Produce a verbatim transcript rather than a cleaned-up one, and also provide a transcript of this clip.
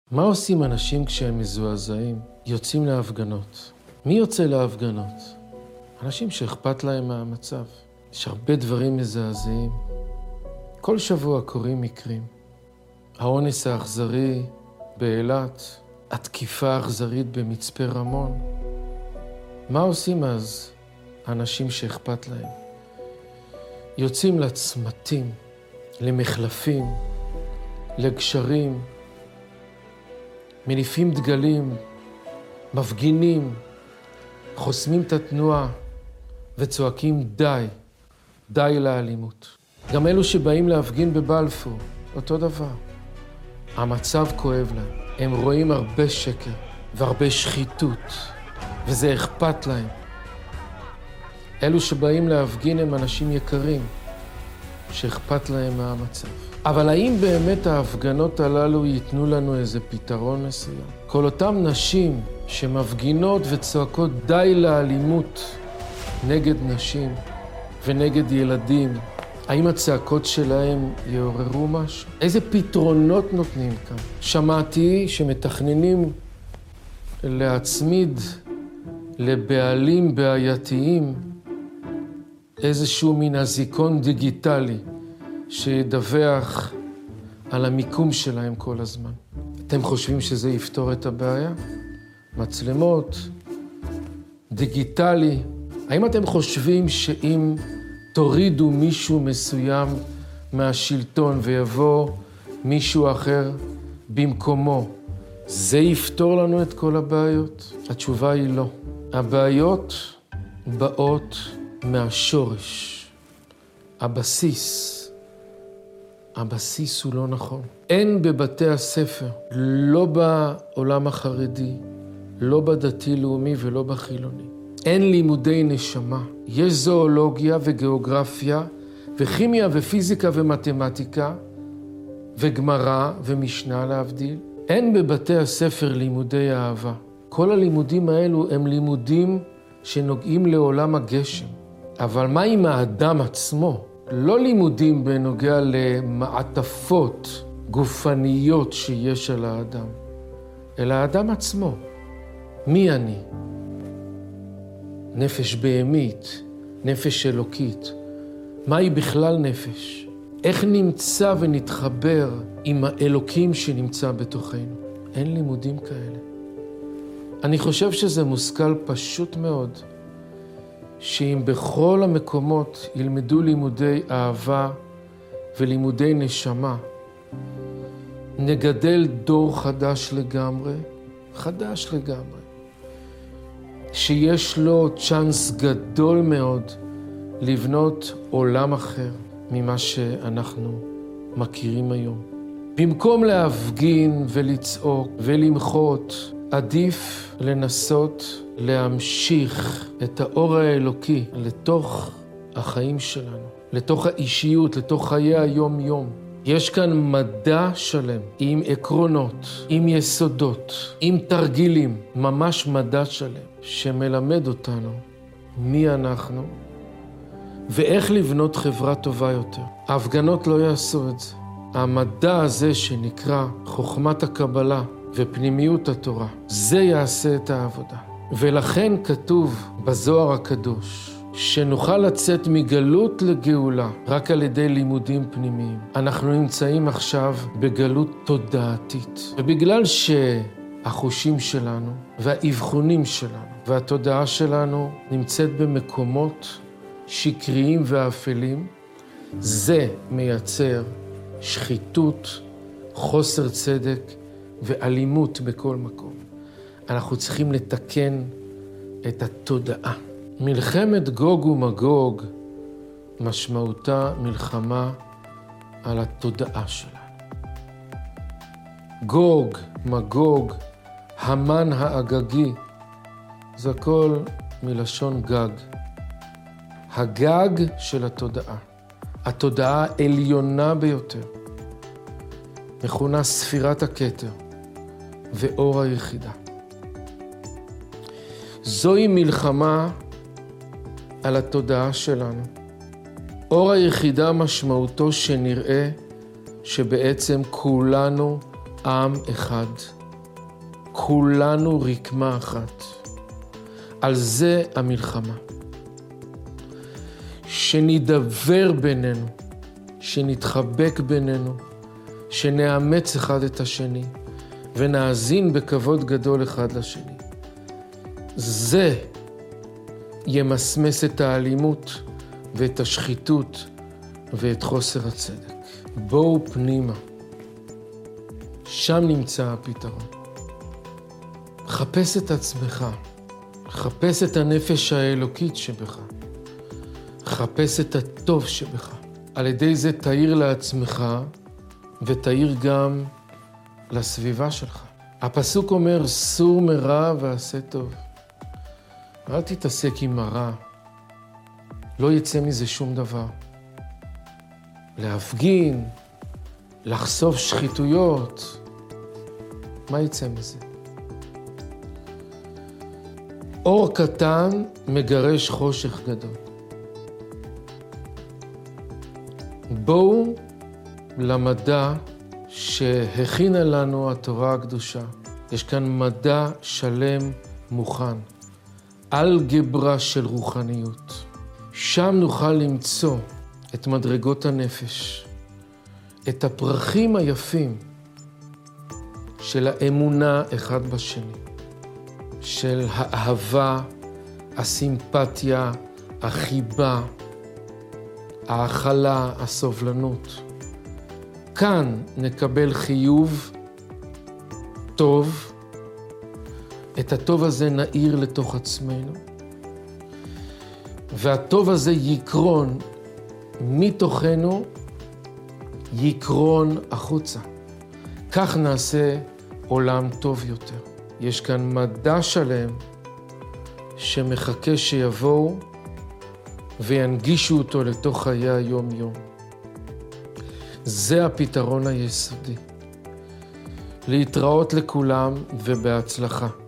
מה עושים אנשים כשהם מזועזעים? יוצאים להפגנות. מי יוצא להפגנות? אנשים שאכפת להם מהמצב. יש הרבה דברים מזעזעים. כל שבוע קורים מקרים. האונס האכזרי באילת, התקיפה האכזרית במצפה רמון. מה עושים אז אנשים שאכפת להם? יוצאים לצמתים, למחלפים, לגשרים, מניפים דגלים, מפגינים, חוסמים את התנועה וצועקים די, די לאלימות. גם אלו שבאים להפגין בבלפור, אותו דבר. המצב כואב להם. הם רואים הרבה שקר והרבה שחיתות, וזה אכפת להם. אלו שבאים להפגין הם אנשים יקרים, שאכפת להם מהמצב. אבל האם באמת ההפגנות הללו ייתנו לנו איזה פתרון מסוים? כל אותם נשים שמפגינות וצועקות די לאלימות נגד נשים ונגד ילדים, האם הצעקות שלהם יעוררו משהו? איזה פתרונות נותנים כאן? שמעתי שמתכננים להצמיד לבעלים בעייתיים איזשהו מין אזיקון דיגיטלי שידווח על המיקום שלהם כל הזמן. אתם חושבים שזה יפתור את הבעיה? מצלמות, דיגיטלי. האם אתם חושבים שאם תורידו מישהו מסוים מהשלטון ויבוא מישהו אחר במקומו, זה יפתור לנו את כל הבעיות? התשובה היא לא. הבעיות באות מהשורש, הבסיס. הבסיס הוא לא נכון. אין בבתי הספר, לא בעולם החרדי, לא בדתי-לאומי ולא בחילוני. אין לימודי נשמה. יש זואולוגיה וגיאוגרפיה וכימיה ופיזיקה ומתמטיקה וגמרא ומשנה להבדיל. אין בבתי הספר לימודי אהבה. כל הלימודים האלו הם לימודים שנוגעים לעולם הגשם. אבל מה עם האדם עצמו? לא לימודים בנוגע למעטפות גופניות שיש על האדם, אלא האדם עצמו. מי אני? נפש בהמית, נפש אלוקית. מהי בכלל נפש? איך נמצא ונתחבר עם האלוקים שנמצא בתוכנו? אין לימודים כאלה. אני חושב שזה מושכל פשוט מאוד, שאם בכל המקומות ילמדו לימודי אהבה ולימודי נשמה, נגדל דור חדש לגמרי, חדש לגמרי, שיש לו צ'אנס גדול מאוד לבנות עולם אחר ממה שאנחנו מכירים היום. במקום להפגין ולצעוק ולמחות, עדיף לנסות להמשיך את האור האלוקי לתוך החיים שלנו, לתוך האישיות, לתוך חיי היום-יום. יש כאן מדע שלם, עם עקרונות, עם יסודות, עם תרגילים, ממש מדע שלם, שמלמד אותנו מי אנחנו ואיך לבנות חברה טובה יותר. ההפגנות לא יעשו את זה. המדע הזה שנקרא חוכמת הקבלה ופנימיות התורה, זה יעשה את העבודה. ולכן כתוב בזוהר הקדוש, שנוכל לצאת מגלות לגאולה רק על ידי לימודים פנימיים. אנחנו נמצאים עכשיו בגלות תודעתית. ובגלל שהחושים שלנו והאבחונים שלנו והתודעה שלנו נמצאת במקומות שקריים ואפלים, זה מייצר שחיתות, חוסר צדק ואלימות בכל מקום. אנחנו צריכים לתקן את התודעה. מלחמת גוג ומגוג משמעותה מלחמה על התודעה שלנו. גוג, מגוג, המן האגגי, זה הכל מלשון גג. הגג של התודעה, התודעה העליונה ביותר, מכונה ספירת הכתר ואור היחידה. זוהי מלחמה על התודעה שלנו. אור היחידה משמעותו שנראה שבעצם כולנו עם אחד. כולנו רקמה אחת. על זה המלחמה. שנדבר בינינו, שנתחבק בינינו, שנאמץ אחד את השני, ונאזין בכבוד גדול אחד לשני. זה ימסמס את האלימות ואת השחיתות ואת חוסר הצדק. בואו פנימה. שם נמצא הפתרון. חפש את עצמך. חפש את הנפש האלוקית שבך. חפש את הטוב שבך. על ידי זה תאיר לעצמך ותאיר גם לסביבה שלך. הפסוק אומר, סור מרע ועשה טוב. אל תתעסק עם הרע. לא יצא מזה שום דבר. להפגין, לחשוף שחיתויות, מה יצא מזה? אור קטן מגרש חושך גדול. בואו למדע שהכינה לנו התורה הקדושה. יש כאן מדע שלם מוכן. אלגברה של רוחניות. שם נוכל למצוא את מדרגות הנפש, את הפרחים היפים של האמונה אחד בשני, של האהבה, הסימפתיה, החיבה, ההכלה, הסובלנות. כאן נקבל חיוב טוב, את הטוב הזה נאיר לתוך עצמנו, והטוב הזה יקרון מתוכנו, יקרון החוצה. כך נעשה עולם טוב יותר. יש כאן מדע שלם שמחכה שיבואו וינגישו אותו לתוך חיי היום-יום. זה הפתרון היסודי. להתראות לכולם ובהצלחה.